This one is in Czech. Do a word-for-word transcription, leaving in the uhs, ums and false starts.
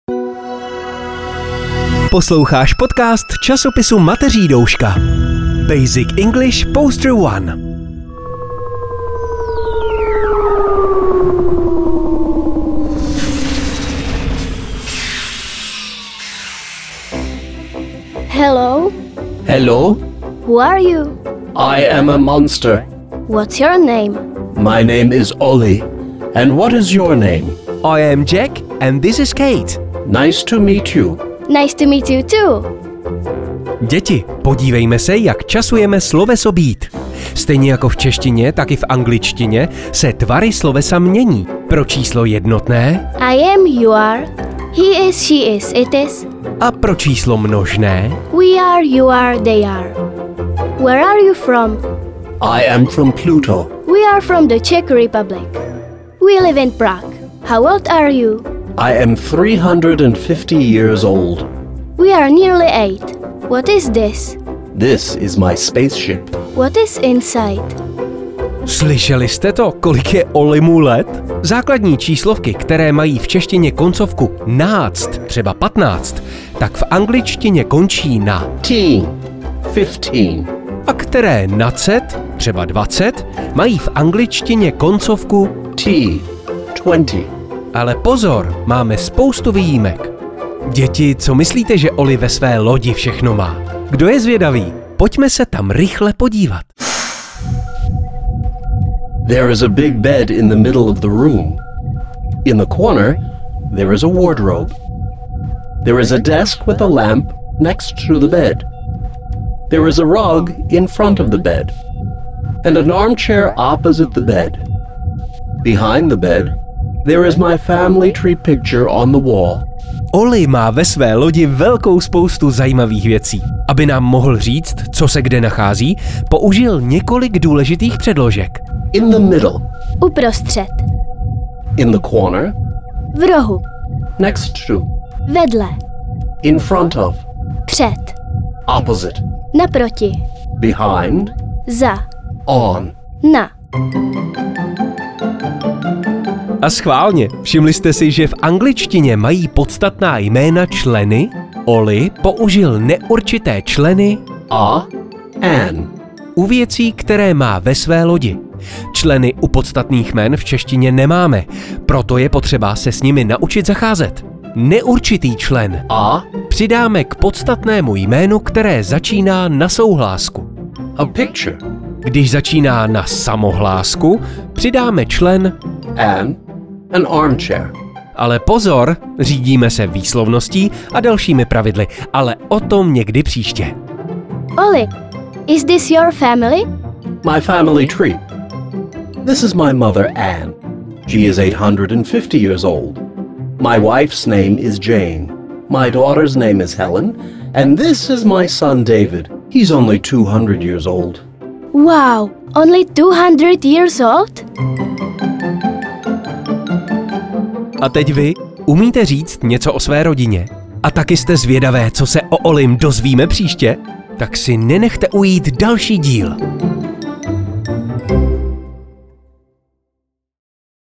Posloucháš podcast časopisu Mateří douška. Basic English Poster One. Hello. Hello. Who are you? I am a monster. What's your name? My name is Ollie. And what is your name? I am Jack and this is Kate. Nice to meet you. Nice to meet you too. Děti, podívejme se, jak časujeme sloveso být. Stejně jako v češtině, tak i v angličtině se tvary slovesa mění. Pro číslo jednotné I am, you are. He is, she is, it is. a pro číslo množné We are, you are, they are. Where are you from? I am from Pluto. We are from the Czech Republic. We live in Prague. How old are you? I am three hundred fifty years old. We are nearly eight. What is this? This is my spaceship. What is inside? Slyšeli jste to, kolik je Olimu let? Základní číslovky, které mají v češtině koncovku náct, třeba patnáct, tak v angličtině končí na Teen. Fifteen. a které na cet, třeba dvacet, mají v angličtině koncovku T. Twenty. ale pozor, máme spoustu výjimek. Děti, co myslíte, že Oli ve své lodi všechno má? Kdo je zvědavý? Pojďme se tam rychle podívat. There is a big bed in the middle of the room. In the corner, there is a wardrobe. There is a desk with a lamp next to the bed. There is a rug in front of the bed. And an armchair opposite the bed. Behind the bed, there is my family tree picture on the wall. Oli má ve své lodi velkou spoustu zajímavých věcí. Aby nám mohl říct, co se kde nachází, použil několik důležitých předložek. In the middle. Uprostřed. In the corner. V rohu. Next to. Vedle. In front of. Před. Opposite. Naproti. Behind. Za. On. Na. A schválně, všimli jste si, že v angličtině mají podstatná jména členy? Oli použil neurčité členy A. An. u věcí, které má ve své lodi. Členy u podstatných jmen v češtině nemáme, proto je potřeba se s nimi naučit zacházet. Neurčitý člen A. přidáme k podstatnému jménu, které začíná na souhlásku. A picture. Když začíná na samohlásku, přidáme člen, An. An armchair. ale pozor, řídíme se výslovností a dalšími pravidly, ale o tom někdy příště. Oli, is this your family? My family tree. This is my mother, Anne. She is eight hundred fifty years old. My wife's name is Jane. My daughter's name is Helen. And this is my son, David. He's only two hundred years old. Wow, only two hundred years old? A teď vy, umíte říct něco o své rodině? A taky jste zvědavé, co se o Olim dozvíme příště? Tak si nenechte ujít další díl.